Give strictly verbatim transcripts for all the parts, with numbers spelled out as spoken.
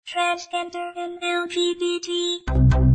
Transgender and エル ジー ビー ティー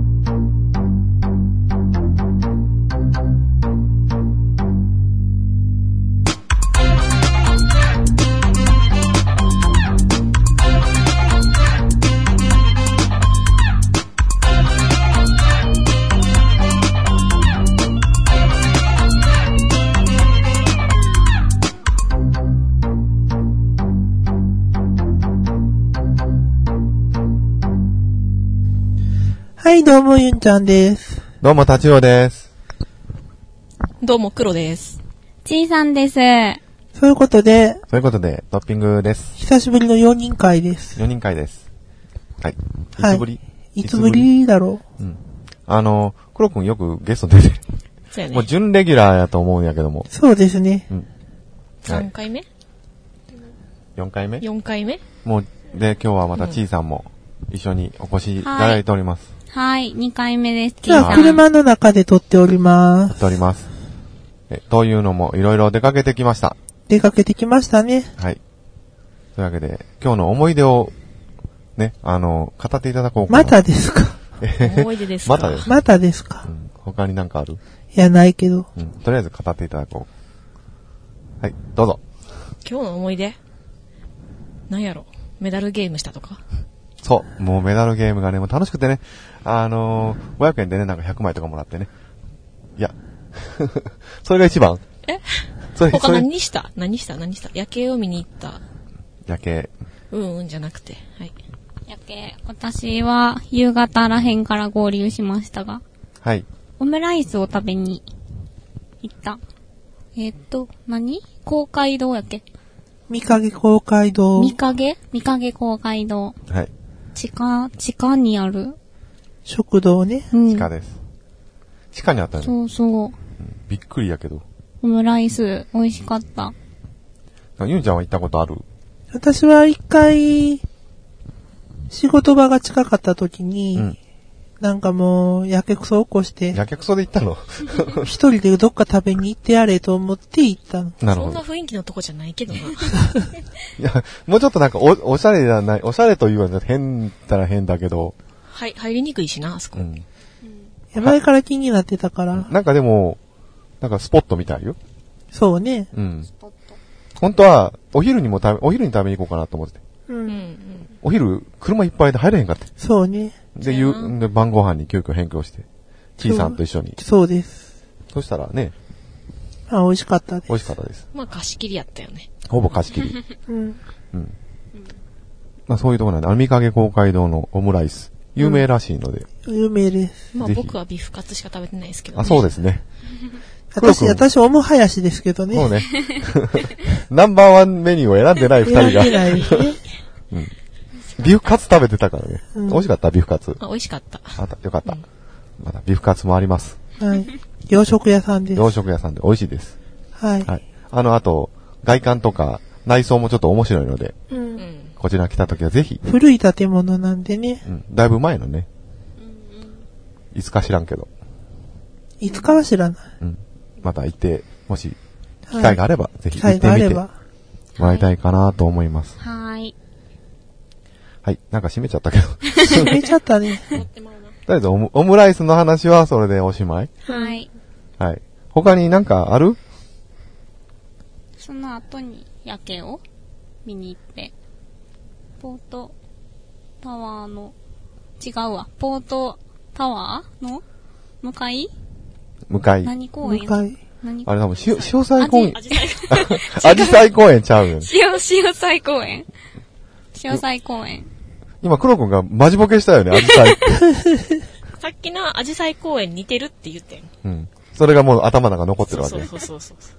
はい、どうも、ゆんちゃんです。 どうも、たちおです。 どうも、黒です。 ちーさんです。 そういうことで、 そういうことで、トッピングです。 久しぶりのよにん会です。 よにん会です。はい。いはいつぶりいつぶりだろう。うん。あの、黒くんよくゲスト出てる。 そうやね。 もう準レギュラーやと思うんやけども。 う。そうですね。 うん。 さんかいめ、 よんかいめ ?よん 回目もう、で、今日はまたちーさんも一緒にお越しいただいております。 はい、にかいめです。 じゃあ、車の中で撮っておりまやっす。 ております。え、というのも、いろいろ出かけてきました。 出かけてきましたね。 はい。というわけで、今日の思い出を、ね、あの、語っていただこうかな。 またですか思い出ですかまたです。 またですか、 うん。他になんかある？ いや、ないけど。 うん。とりあえず語っていただこう。はい、どうぞ。 今日の思い出なんやろメダルゲームしたとかそう。もうメダルゲームがね、もう楽しくてね。あのー、ごひゃくえんでね、なんかひゃくまいとかもらってね。いや。それが一番。 えそれ、 他それ何した何した何した夜景を見に行った。 夜景。 うんうんじゃなくて。はい。 夜景、私は夕方らへんから合流しましたが、 はい。 オムライスを食べに行った。えー、っと、何公会堂やっけ三影公会堂。 三影三影公会堂。 はい。 地下、地下にある。 食堂ね。 うん。 地下です。地下にあったね。 そうそう。 うん、びっくりやけど。 オムライス、美味しかった。 ゆんちゃんは行ったことある？ 私は一回、仕事場が近かった時に、うん、なんかもう、やけくそ起こして。 やけくそで行ったの？ 一人でどっか食べに行ってやれと思って行ったの。 なるほど。 そんな雰囲気のとこじゃないけどな。いや、もうちょっとなんかお、おしゃれじゃない、おしゃれというのは変ったら変だけど。 はい、入りにくいしな、あそこ。うん。 前から気になってたから。 なんかでも、なんかスポットみたいよ。 そうね。 うん。スポット。本当は、お昼にも食べ、お昼に食べに行こうかなと思ってて。 うん。うん、 お昼、車いっぱいで入れへんかって。 そうね。 で、ゆ、で、晩ご飯に急遽変更して、ちーさんと一緒に。 そうです。 そしたらね。 あ、美味しかったです。 美味しかったです。 まあ、貸し切りやったよね。 ほぼ貸し切り。 うん。 うん。まあ、そういうところなんで、アミカゲ公会堂のオムライス。有名らしいので。 うん、有名です。 まあ、僕はビーフカツしか食べてないですけどね。 あ、そうですね。 私、私、オムハヤシですけどね。 そうね。ナンバーワンメニューを選んでない二人が。 選んでないですね。 うん。ビーフカツ食べてたからね。うん、美味しかったビーフカツ。 あ、美味しかった。 あ、よかった。うん、まだビーフカツもあります。 はい。洋食屋さんです。 洋食屋さんで美味しいです。 はい。 はい。あの、あと、外観とか内装もちょっと面白いので、うん、こちら来た時はぜひ。 古い建物なんでね。 うん。だいぶ前のね。いつか知らんけど。 いつかは知らない。 うん。また行って、もし、機会があれば、はい、ぜひ行ってみて。 機会があれば。 もらいたいかなと思います。 はい。 はい。なんか閉めちゃったけど。 閉めちゃったね。 とりあえずオム、オムライスの話はそれでおしまい？ はい。 はい。他になんかある？ その後に夜景を見に行って、ポートタワーの、違うわ、ポートタワーの向かい向かい。 何公園？ 向かい。 何あれ多分、し、潮祭公園。 あじさい。 あじさい公園ちゃうよね。 潮、潮祭公園。潮祭公園。 今、黒くんがマジボケしたよね、あじさい。 さっきのあじさい公園似てるって言ってん。 うん。それがもう頭の中残ってるわけ。 そうそうそうそうそう。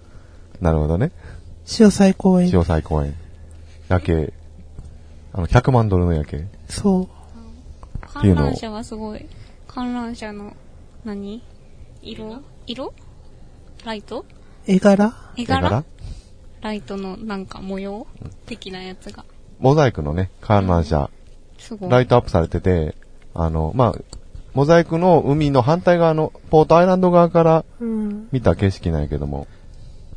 なるほどね。 潮祭公園。 潮祭公園。夜景。あの、ひゃくまんドルの夜景。 そう。 観覧車はすごい。観覧車の何、色色ライト絵柄絵柄ライトのなんか模様、うん、的なやつが。 モザイクのね、観覧車、うん。すごい。ライトアップされてて、あの、まあ、モザイクの海の反対側のポートアイランド側から見た景色なんやけども、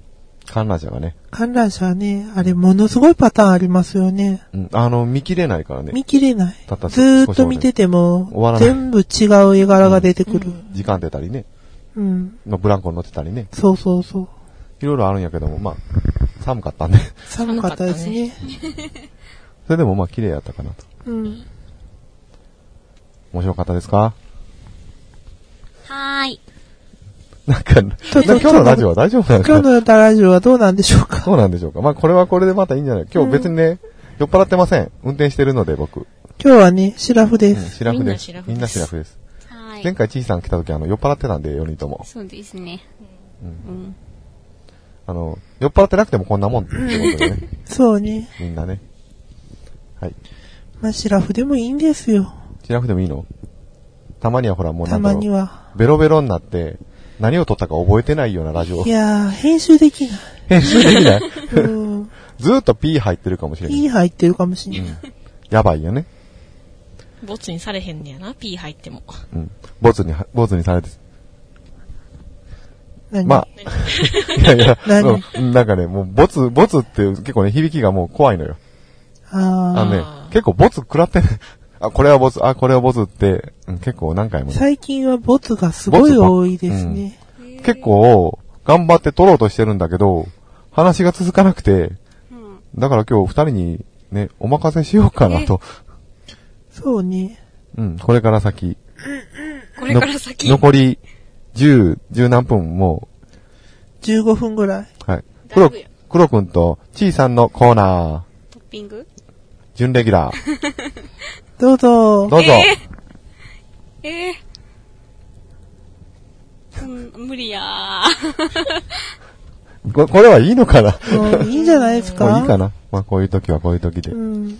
観覧車がね。 観覧車はね、あれものすごいパターンありますよね。 うん。あの、見切れないからね。 見切れない。 たったずーっと見てても終わらない全部違う絵柄が出てくる。 時間出たりね。 うん。 まあ、ブランコに乗ってたりね。 そうそうそう。 いろいろあるんやけども、まあ、寒かったね。 寒かったですね。 それでもまあ、綺麗やったかなと。 うん。 面白かったですか？ はーい。 なんか、今ちょっと日のラジオは大丈夫なんですか？ 今日のラジオはどうなんでしょうか？ そうなんでしょうか。まあ、これはこれでまたいいんじゃない？今日別にね、酔っ払ってません。運転してるので、僕。 今日はね、シラフでうん、 す。 シラフです。 みんなシラフですみんなシラフです。 はーい。 前回、ちいさん来た時、あの、酔っ払ってたんで、よにんとも。 そうですね。うん。 あの、酔っ払ってなくてもこんなもんってことでね。 そうね。 みんなね。はい。 まあ、シラフでもいいんですよ。 シラフでもいいの？たまにはほら、もうなたんだろう。 まには。 ベロベロになって、何を撮ったか覚えてないようなラジオ。 いやー、編集できない。 編集できないうん。 ずーっと P 入ってるかもしれない。 いい入ってるかもしれない。 やばいよね。 ボツにされへんねやな、P 入っても。 うん。ボツに、ボツにされて。 何まあ、いやいや、 何うんなんかね、もう、ボツ、ボツって結構ね、響きがもう怖いのよ。あのあねあ、ー結構ボツ食らってね、あ、これはボツ、あ、これはボツって、うん結構何回もー、 ね、 最近はボツがすごい多いですね。 結構、頑張って撮ろうとしてるんだけど、話が続かなくて、 うん。 だから今日二人にね、お任せしようかなと。 そうね。 うん、これから先。 これから先。 の残り、十、十何分もじゅうごふんぐらい。 う、はい。黒だいぶや、 黒くんと、ちいさんのコーナー、 トッピング準レギュラー。 どうぞ。 どうぞ。 ええー。うん、無理やー。 ここれはいいのかなもういいんじゃないですか？ もういいかなまあこういう時はこういう時で。 うん。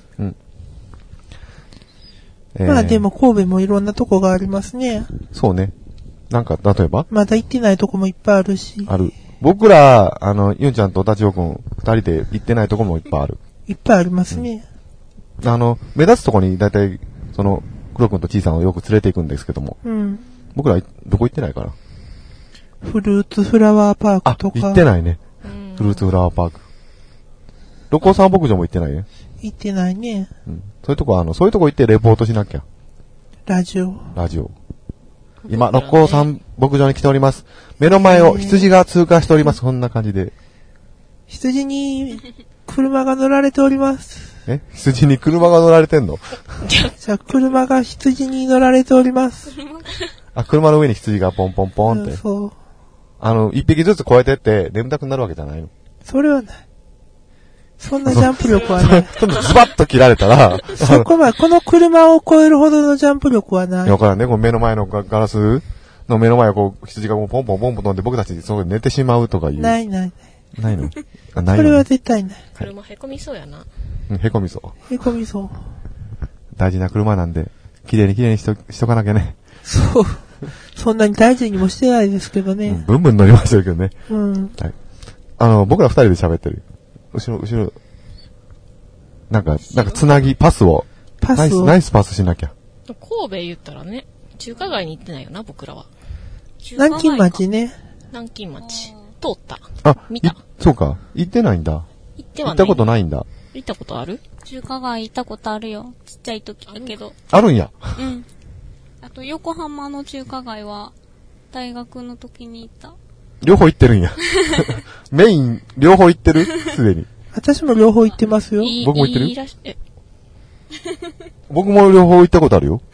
えーまあでも神戸もいろんなとこがありますね。 そうね。なんか、例えばまだ行ってないとこもいっぱいあるし。 ある。僕ら、あの、ゆんちゃんとダチオくん、二人で行ってないとこもいっぱいある。 いっぱいありますね。 あの、目立つとこに大体、その、黒くんとちいさんをよく連れて行くんですけども、 うん。 僕らい、どこ行ってないかなフルーツフラワーパーあクと、か。 行ってないね。 うんフルーツフラワーパーク。六甲山牧場も行ってないね。 行ってないね。 うん。そういうとこ、あの、そういうとこ行ってレポートしなきゃ。 ラジオ。 ラジオ。今、六甲山牧場に来ております。目の前を羊が通過しております。こんな感じで。 羊に車が乗られております。 え羊に車が乗られてんのじゃあ車が羊に乗られております。 あ、車の上に羊がポンポンポンって。 うんそう。 あの、一匹ずつ越えてって眠たくなるわけじゃないの。 それはない。そんなジャンプ力はない。 ちょっとズバッと切られたら、 そこまで、この車を超えるほどのジャンプ力はないい。 やわからんね。この目の前のガガラスの目の前をこう、羊がこうポンポンポンポン飛んで僕たちそこで寝てしまうとかいう。 ないないない。 ないのあ、ないこれはのね。 絶対ない。 車へこみそうやな。 うんへこみそう。 へこみそう。 大事な車なんで、綺麗に綺麗にしと、しとかなきゃね。 そう。そんなに大事にもしてないですけどうん、 ね。 ブンブン乗りましたけどね。 うん。 はい。あの、僕ら二人で喋ってる。後ろ、後ろ。なんか、なんかつなぎ、パスを。 パスをナイス、ナイスパスしなきゃ。 神戸言ったらね、中華街に行ってないよな、僕らは。 南京町ね。 南京町。通った。 あ、 見たいそうか。行ってないんだ。 行ってはない。 行ったことないんだ。 行ったことある？ 中華街行ったことあるよ。ちっちゃい時だけど。 あるんや。 うん。あと、横浜の中華街は、大学の時に行った。 両方行ってるんや。メイン、両方行ってるすでに。 私も両方行ってますよ。 いい僕も行ってるいいらしえ、 僕も両方行ったことあるよ。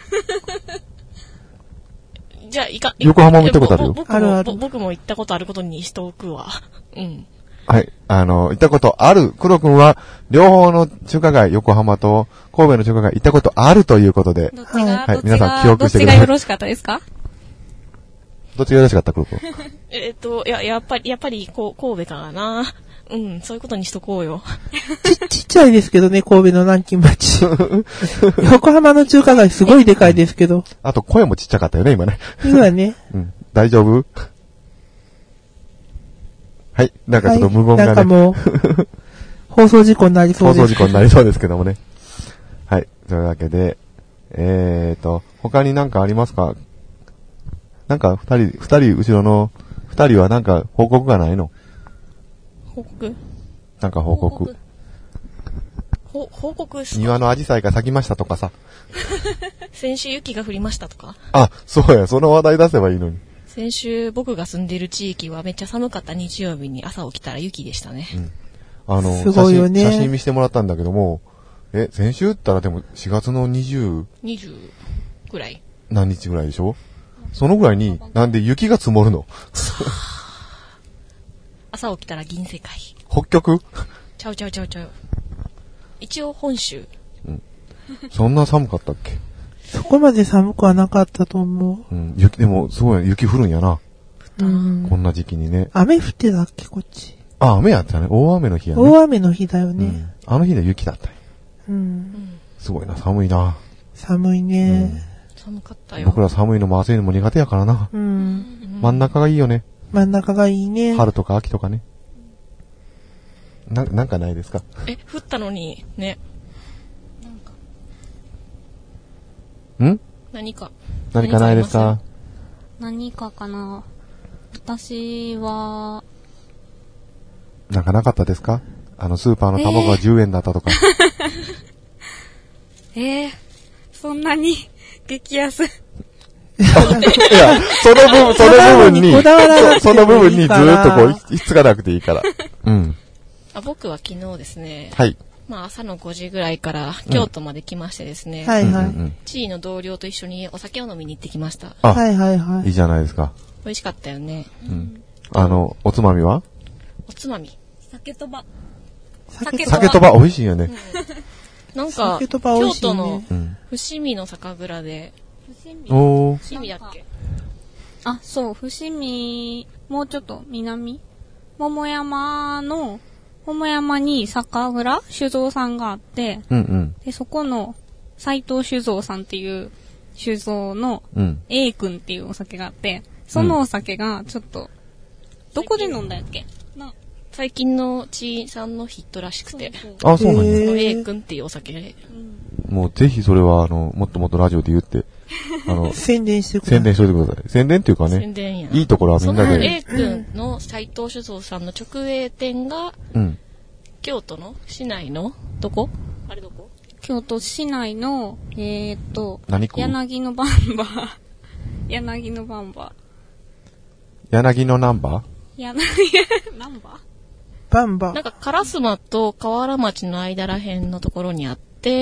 じゃあ、いか、 横浜も行ったことあるよぼぼ僕もあるあるぼ僕も行ったことあることにしておくわ。うん。 はい。あの、行ったことある。黒くんは、両方の中華街、横浜と神戸の中華街行ったことあるということで、 どっちが、 はいどっち皆さん記が、 憶してくださいどっちがよろしかったですか？ どっちがよろしかった黒くん。 えっと、いや、やっぱり、やっぱり、こう、神戸かな。うん、そういうことにしとこうよ。 ち、ちっちゃいですけどね、神戸の南京町。横浜の中華街すごいでかいですけど。 あと声もちっちゃかったよね、今ね。 今はね。 うん。大丈夫はい。なんかちょっと無言がね。 はい、なんかもう、放送事故になりそうです。 放送事故になりそうですけどもね。はい。というわけで、えーと、他になんかありますか？なんか二人、二人後ろの二人はなんか報告がないの？ 報告なんか報告。 ほ報告ですか？ 庭のアジサイが咲きましたとかさ。 先週雪が降りましたとか。 あ、そうや、その話題出せばいいのに。 先週僕が住んでいる地域はめっちゃ寒かった日曜日に朝起きたら雪でしたね。 うん、あの、 すごいよね。 写真、写真見せてもらったんだけども、え、先週ったらでもしがつのにじゅう、 にじゅうぐらい。 何日ぐらいでしょ？そのぐらいに、なんで雪が積もるの？ 朝起きたら銀世界。 北極？ ちゃうちゃうちゃうちゃう。一応本州。 うん。そんな寒かったっけ？ そこまで寒くはなかったと思う。うん。雪、でも、すごい、雪降るんやな。 う。うん。 こんな時期にね。 雨降ってたっけ、こっち。 あ、雨やったね。大雨の日やね。 大雨の日だよね。 うん、あの日で雪だったんや。 うん。 すごいな、寒いな。 寒いね。 うん、寒かったよ。 僕ら寒いのも暑いのも苦手やからな。 うん。 真ん中がいいよね。 真ん中がいいね。 春とか秋とかね。な、なんかないですか？ え、降ったのに、ね。 ん？ 何か。 何かないですか？ 何かかな。私は、 なんかなかったですか？あの、スーパーの卵がじゅうえんだったとか。 えー、えー、そんなに激安。 いや、その部分、その部分に、その部分にずーっとこう、ひっつかなくていいから。うん。 あ、僕は昨日ですね。 はい。 まあ朝のごじぐらいから京都まで来ましてですね。 うん、はいはい。 地位の同僚と一緒にお酒を飲みに行ってきました。 あ、 はいはいはい。 いいじゃないですか。 美味しかったよね。 うん。あの、おつまみは？ おつまみ。 酒とば。 酒とば。酒とば美味しいよね。うん、 なんか、京都の伏見の酒蔵で。 伏見？ おー。 伏見だっけ？ あ、そう、伏見、もうちょっと南？桃山の、桃山に酒蔵酒造さんがあって、 うんうん、 でそこの斉藤酒造さんっていう酒造の A 君っていうお酒があって、そのお酒がちょっと、うん、どこで飲んだやっけな最近の地位さんのヒットらしくて。 そうそうあ、そうなんや。 その A 君っていうお酒で。 うん、もうぜひそれは、あの、もっともっとラジオで言って、あの、 宣伝してください。 宣伝しといてください。宣伝っていうかね。 宣伝や。 いいところはみんなで。 その A 君の斉藤酒造さんの直営店が、うん、京都の市内のどこ？あれどこ？ 京都市内の、えーっと、柳のバンバー。柳のバンバー。 柳のナンバー柳、ナンバーバンバー。 なんか、烏丸と河原町の間らへんのところにあって、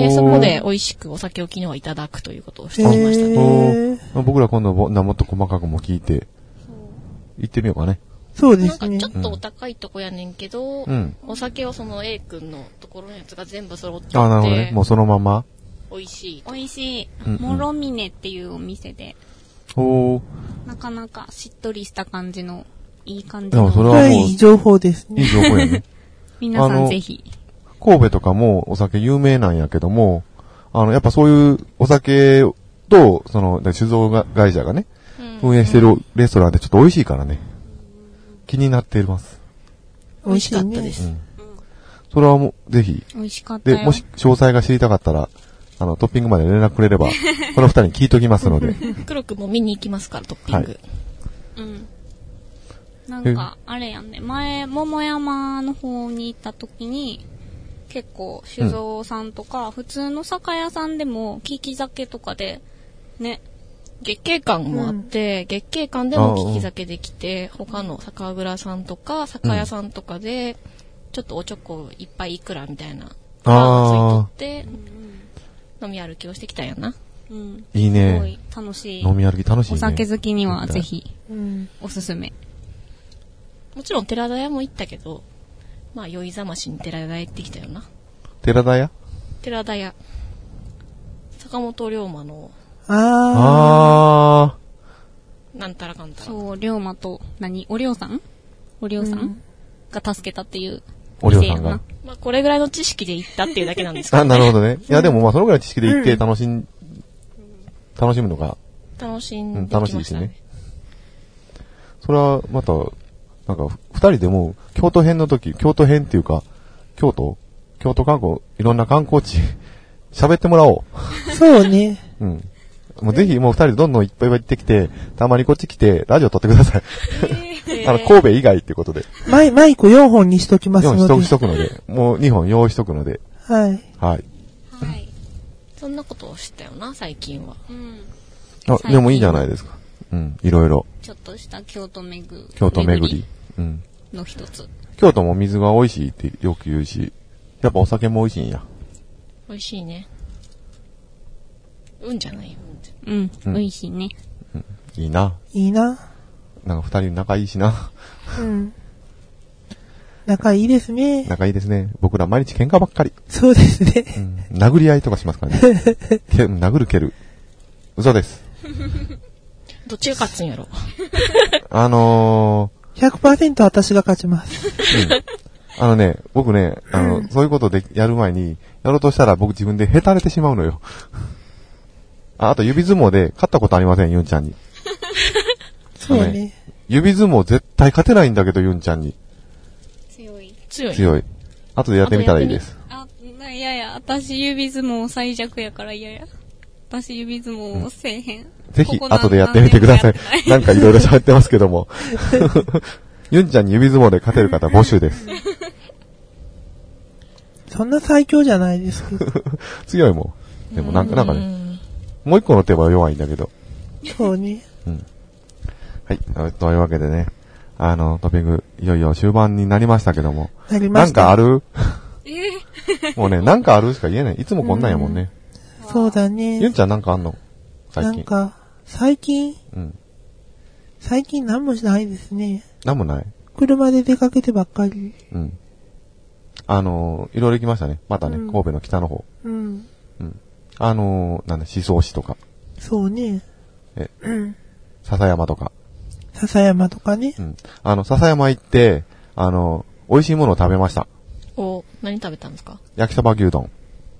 そこで美味しくお酒を昨日はいただくということをしてみましたね。 お僕ら今度ももっと細かくも聞いて、行ってみようかね。 そうですね。 なんかちょっとお高いとこやねんけど、うん、お酒はその A 君のところのやつが全部揃ってて、 あ、なるほどね。もうそのまま美味しい。 美味しい。うんうん、もろみねっていうお店で、 おなかなかしっとりした感じの、いい感じの。 でもそれはもういい情報ですね。 いい情報やね。 皆さんぜひ。 神戸とかもお酒有名なんやけども、あの、やっぱそういうお酒と、その、酒造会社がね、うん、運営してるレストランでちょっと美味しいからね。気になっています。 美味しかったです。うん、 それはもう、ぜひ。 美味しかったよ。 で、もし詳細が知りたかったら、あの、トッピングまで連絡くれれば、この二人に聞いときますので。 黒くも見に行きますから、トッピング。はい、 うん。なんか、あれやんね。前、桃山の方に行った時に、結構、酒造さんとか、うん、普通の酒屋さんでも、利き酒とかで、ね、 月桂冠もあって、うん、月桂冠でも利き酒できて、他の酒蔵さんとか、酒屋さんとかで、うん、ちょっとおちょこいっぱいいくらみたいな、あついとって、うん、飲み歩きをしてきたんやな。 うん、 いいね。 すごい楽しい。 飲み歩き楽しいね。 お酒好きにはぜひ、うん、おすすめ。 もちろん寺田屋も行ったけど、まあ酔いざましに寺田屋行ってきたよな。 寺田屋？ 寺田屋。坂本龍馬の、 ああー。なんたらかんたら。 そう、龍馬と、何お龍さんお龍さん、うん、が助けたっていう。 お龍さんが。 まあこれぐらいの知識で行ったっていうだけなんですけど、 ね。あ、なるほどね。いやでもまあそのぐらいの知識で行って楽しん、うん、楽しむのが。 楽しんできましたね。うん、楽しいですね。 それはまた、なんか、二人でも、京都編の時、京都編っていうか、京都京都観光、いろんな観光地、喋ってもらおう。 そうね。 うん。 もうぜひもう二人でどんどんいっぱいいっぱい行ってきて、たまにこっち来て、ラジオ撮ってください。あの、神戸以外ってことで。 マイ、マイクよんほんにしときますので。 よんほんしとくので、もうにほん用意しとくので。 はい。 はい。 はい。 そんなことをしたよな、最近は。 うん。 あ、でもいいじゃないですか。うん、いろいろ。 ちょっとした京都巡り。 京都巡り。うん。 の一つ。 京都も水が美味しいってよく言うし、やっぱお酒も美味しいんや。 美味しいね。うんじゃないよ。 うん。 うん美味しいね。 うん。いいな。 いいな。 なんか二人仲いいしな。 うん。仲いいですね。 仲いいですね。僕ら毎日喧嘩ばっかり。 そうですね。 うん。殴り合いとかしますからね。け殴る蹴る。嘘です。 どっちが勝つんやろ。 あのー。ひゃくパーセント 私が勝ちます。 うん。あのね、僕ね、あの、うん、そういうことでやる前に、やろうとしたら僕自分でへたれてしまうのよ。あ、あと指相撲で勝ったことありません、ユンちゃんに。 そうね、ね。 指相撲絶対勝てないんだけど、ユンちゃんに。 強い。 強い。 強い。後でやってみたらいいです。 あ、いやいや、私指相撲最弱やから嫌や。私指相撲せえへん。 ぜひ、後でやってみてください。なんかいろいろ喋ってますけども。ユンちゃんに指相撲で勝てる方募集です。 そんな最強じゃないですけど。 強いもん。でもなんか、なんかね、もう一個の手は弱いんだけど。 そうね。 うん。はい。というわけでね、あの、トッピング、いよいよ終盤になりましたけども。 なりました。 なんかあるえもうね、なんかあるしか言えない。いつもこんなんやもんね。 うん、そうだね。 ユンちゃんなんかあんの最近。 なんか、最近うん。 最近なんもしないですね。 なんもない車で出かけてばっかり。 うん。あのー、いろいろ行きましたね。またね、うん、神戸の北の方。 うん。 うん。あのー、なんだ、思想市とか。 そうね。 え、 うん。 笹山とか。 笹山とかね。 うん。あの、笹山行って、あのー、美味しいものを食べました。 お、何食べたんですか？ 焼きそば牛丼。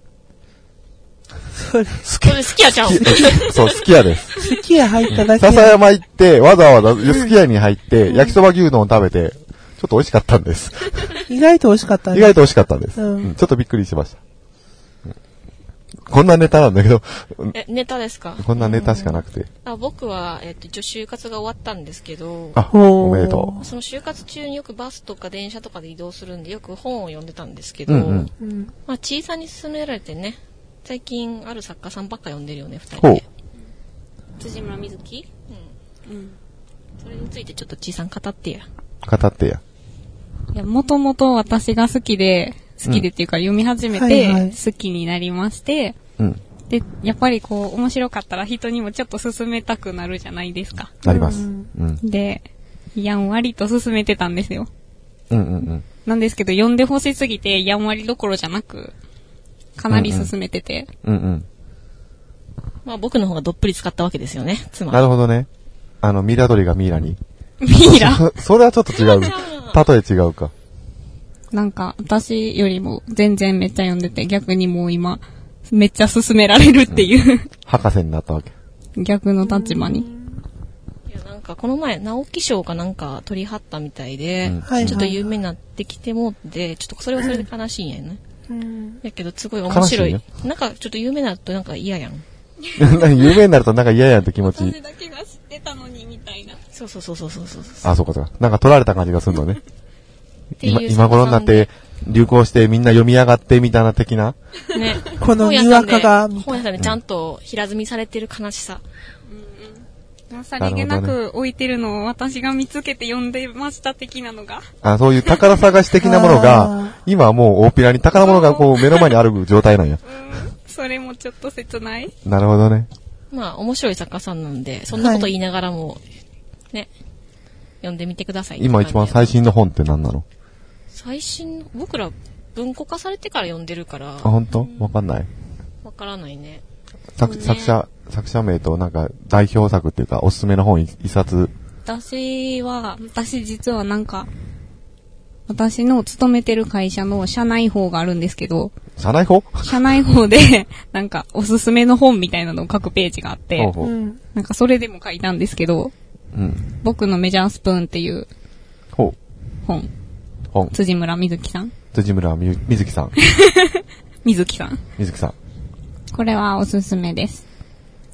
それ、 好き。それ好きやちゃうん。 そう、好きやです。 好きや入っただけ。 笹山行って、わざわざ好きやに入って、うん、焼きそば牛丼を食べて、ちょっと美味しかったんです。 意外と美味しかったね。意外と美味しかったんです。 うんうん、ちょっとびっくりしました。うん、こんなネタなんだけど。 え、ネタですか？ こんなネタしかなくて。 あ、僕は、えっと、一応就活が終わったんですけど。 あ、おめでとう。その就活中によくバスとか電車とかで移動するんで、よく本を読んでたんですけど、 うんうん、 まあ、小さに勧められてね、最近ある作家さんばっか読んでるよね、二人で。 辻村瑞希？ うん。うん。それについてちょっと小さん語ってや。 語ってや。 いや、もともと私が好きで、好きでっていうか読み始めて、好きになりまして、 うん。 で、やっぱりこう、面白かったら人にもちょっと勧めたくなるじゃないですか。 なります。うん。 で、やんわりと勧めてたんですよ。 うんうんうん。 なんですけど、読んでほしすぎて、やんわりどころじゃなく、かなり勧めてて。 うんうん。うんうん、 まあ僕の方がどっぷり使ったわけですよね、つまり。 なるほどね。あの、ミイラ取りがミイラに。 ミイラそ, それはちょっと違う。例え違うか。 なんか、私よりも全然めっちゃ読んでて、逆にもう今、めっちゃ勧められるっていう、うん、 博士になったわけ。 逆の立場に。 いや、なんかこの前、直木賞かなんか取り張ったみたいで、 うん、 ちょっと有名になってきてもで、ちょっとそれはそれで悲しいんやね。 うん、 やけど、すごい面白い。いなんか、ちょっと有名になるとなんか嫌やん。 有名になるとなんか嫌やんって気持ち。 私だけが知ってたのにみたいな。 そうそうそうそうそうそう。 あ、そうかそうか。なんか取られた感じがするのね。今, 今頃になって流行してみんな読み上がってみたいな的な。 ね。 このにわかが。 本屋さんでちゃんと平積みされてる悲しさ。 うんうん。さりげなく置いてるのを私が見つけて読んでました的なのが。 あ、そういう宝探し的なものが、今はもう大っぴらに宝物がこう目の前にある状態なんや。 うん。それもちょっと切ない。 なるほどね。 まあ、面白い作家さんなんで、そんなこと言いながらも、はい、ね、読んでみてください。 今一番最新の本って何なの？ 最新の、僕ら文庫化されてから読んでるから。あ、 本当？わかんない。 わからないね。 作, 作者、作者名となんか代表作っていうかおすすめの本一冊。 私は、私実はなんか、私の勤めてる会社の社内法があるんですけど、 社内法？ 社内法で、なんかおすすめの本みたいなのを書くページがあって、 ほうほう、 なんかそれでも書いたんですけど、 うん、 僕のメジャースプーンっていうほう本。 本。 辻村瑞希さん。 辻村みずきさん。 瑞希さん。 瑞希さん。 これはおすすめです。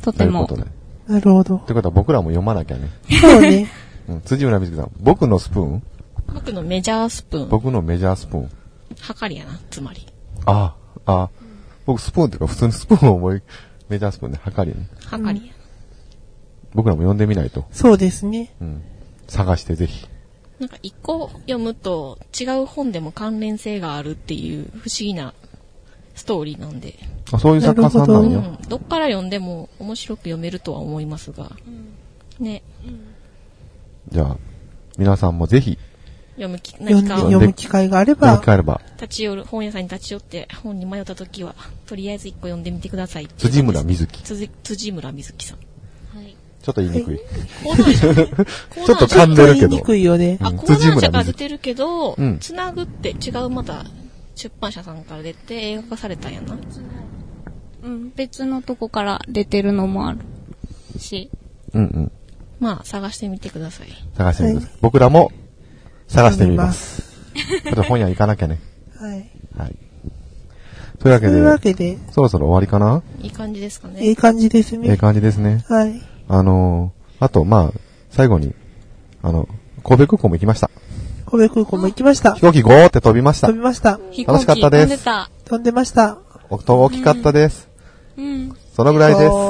とても。 ということで。 なるほど。 ということは僕らも読まなきゃね。 そうね。 うん、辻村美月さん、僕のスプーン僕のメジャースプーン。 僕のメジャースプーン。 はかりやな、つまり。 ああ、ああ。僕スプーンっていうか普通にスプーンを思い、メジャースプーンではかりね。 はかりや。 僕らも読んでみないと。 そうですね。 うん。探してぜひ。 なんか一個読むと違う本でも関連性があるっていう不思議なストーリーなんで。 あ、そういう作家さんなんや。 うん。どっから読んでも面白く読めるとは思いますが。うん、ね。 じゃあ、皆さんもぜひ。 読むき、 何か読む機会があれば。 読む機会あれば。 立ち寄る、本屋さんに立ち寄って本に迷ったときは、とりあえず一個読んでみてください。 辻村美月。 辻、辻村美月さん。はい。 ちょっと言いにくい。 コーナーじゃん。 ちょっと噛んでるけど。 言いにくいよね。 あ、コーナー社から出てるけど、 うん、 つなぐって違うまた出版社さんから出て映画化されたんやな。 うん、別のとこから出てるのもあるし。 うんうん。 まあ、探してみてください。 探してみてください。はい、僕らも探してみます。ちょっと本屋行かなきゃね。 はい。 はい。というわけで、 というわけでそろそろ終わりかな？ いい感じですかね。 いい感じですね。 いい感じですね。 はい。 あのー、あと、まあ、最後に、あの、神戸空港も行きました。 神戸空港も行きました。 飛行機ゴーって飛びました。 飛びました。 楽しかったです。 飛んでた。 飛んでました。 音大きかったです。 うん。 そのぐらいです。 うん。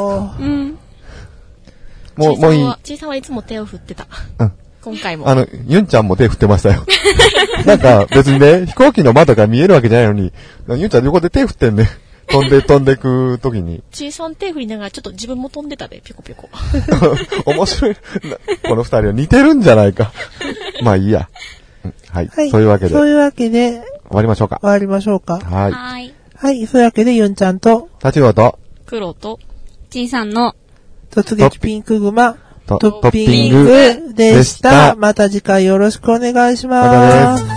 もう、もういい。 ちいさんはいつも手を振ってた。 うん。 今回も。 あの、ユンちゃんも手振ってましたよ。なんか、別にね、飛行機の窓が見えるわけじゃないのに、ユンちゃん横で手振ってんね。飛んで飛んでくときに。 ちいさん手振りながらちょっと自分も飛んでたで、ぴょこぴょこ。 面白い。この二人は似てるんじゃないか。まあいいや。はい。はい、そういうわけで。 そういうわけで。 終わりましょうか。 終わりましょうか。 はい。 はい。 はい。そういうわけで、ユンちゃんと、 タチウオと、 黒と、 ちいさんの、 突撃ピンクグマ、 トッピングでした。また次回よろしくお願いします。